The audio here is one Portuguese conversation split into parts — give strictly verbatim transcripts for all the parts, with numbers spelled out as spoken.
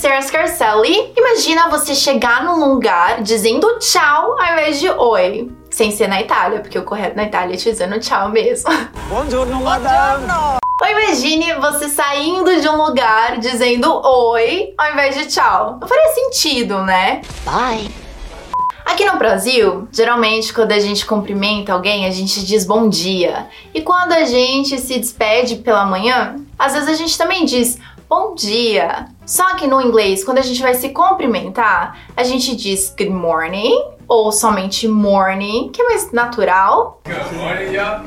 Sarah Scarcelli. Imagina você chegar num lugar dizendo tchau ao invés de oi. Sem ser na Itália, porque o correto na Itália é te dizendo tchau mesmo. Buongiorno, madame. Ou imagine você saindo de um lugar dizendo oi ao invés de tchau. Não faria sentido, né? Bye. Aqui no Brasil, geralmente quando a gente cumprimenta alguém, a gente diz bom dia. E quando a gente se despede pela manhã, às vezes a gente também diz bom dia. Só que no inglês, quando a gente vai se cumprimentar, a gente diz good morning ou somente morning, que é mais natural. Good morning, yeah.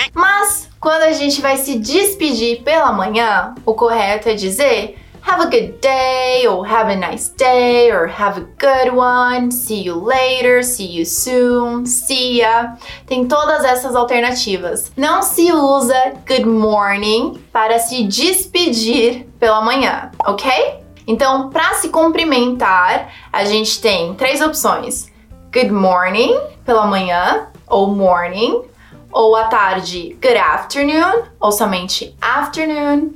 Mas quando a gente vai se despedir pela manhã, o correto é dizer have a good day, ou have a nice day, or have a good one, see you later, see you soon, see ya. Tem todas essas alternativas. Não se usa good morning para se despedir pela manhã, ok? Então, para se cumprimentar, a gente tem três opções. Good morning, pela manhã, ou morning, ou à tarde, good afternoon, ou somente afternoon,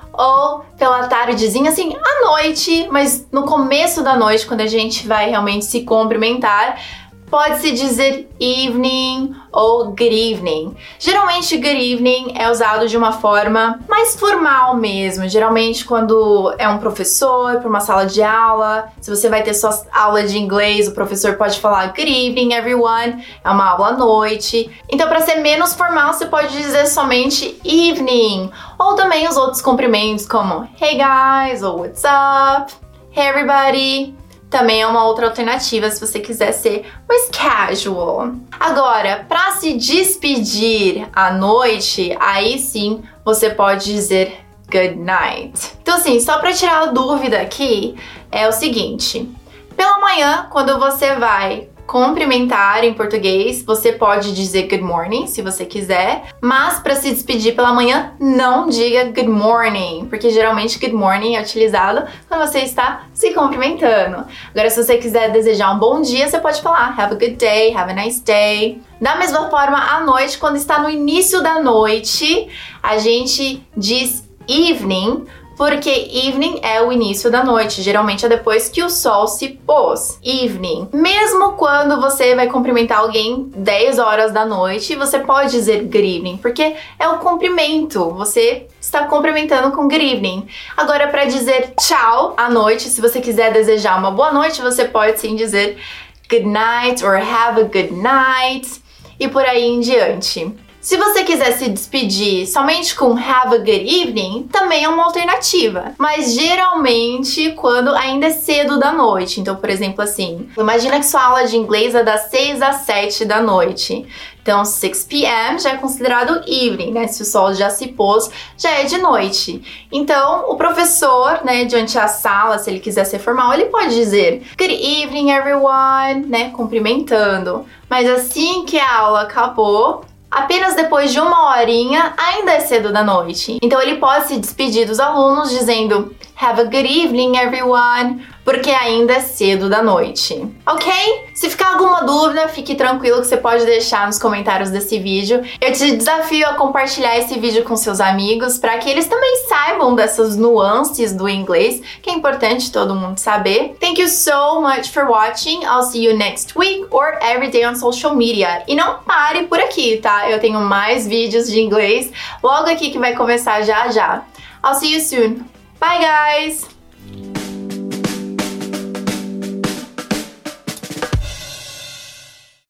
ou pela tardezinha, assim, à noite, mas no começo da noite, quando a gente vai realmente se cumprimentar, pode-se dizer evening ou good evening. Geralmente, good evening é usado de uma forma mais formal mesmo. Geralmente, quando é um professor para uma sala de aula, se você vai ter sua aula de inglês, o professor pode falar good evening, everyone. É uma aula à noite. Então, para ser menos formal, você pode dizer somente evening. Ou também os outros cumprimentos como hey guys ou what's up, hey everybody. Também é uma outra alternativa se você quiser ser mais casual. Agora, para se despedir à noite, aí sim você pode dizer good night. Então assim, só para tirar a dúvida aqui, é o seguinte. Pela manhã, quando você vai cumprimentar em português, você pode dizer good morning, se você quiser, mas para se despedir pela manhã, não diga good morning, porque geralmente good morning é utilizado quando você está se cumprimentando. Agora, se você quiser desejar um bom dia, você pode falar have a good day, have a nice day. Da mesma forma, à noite, quando está no início da noite, a gente diz evening, porque evening é o início da noite, geralmente é depois que o sol se pôs. Evening. Mesmo quando você vai cumprimentar alguém dez horas da noite, você pode dizer good evening, porque é o cumprimento. Você está cumprimentando com good evening. Agora, para dizer tchau à noite, se você quiser desejar uma boa noite, você pode sim dizer good night or have a good night e por aí em diante. Se você quiser se despedir somente com have a good evening, também é uma alternativa. Mas geralmente quando ainda é cedo da noite. Então, por exemplo, assim, imagina que sua aula de inglês é das seis às sete da noite. Então, seis p m já é considerado evening, né? Se o sol já se pôs, já é de noite. Então, o professor, né, diante da sala, se ele quiser ser formal, ele pode dizer good evening, everyone, né? Cumprimentando. Mas assim que a aula acabou, apenas depois de uma horinha, ainda é cedo da noite. Então ele pode se despedir dos alunos dizendo have a good evening, everyone, porque ainda é cedo da noite. Ok? Se ficar alguma dúvida, fique tranquilo que você pode deixar nos comentários desse vídeo. Eu te desafio a compartilhar esse vídeo com seus amigos para que eles também saibam dessas nuances do inglês, que é importante todo mundo saber. Thank you so much for watching. I'll see you next week or every day on social media. E não pare por aqui, tá? Eu tenho mais vídeos de inglês logo aqui que vai começar já já. I'll see you soon. Bye, guys!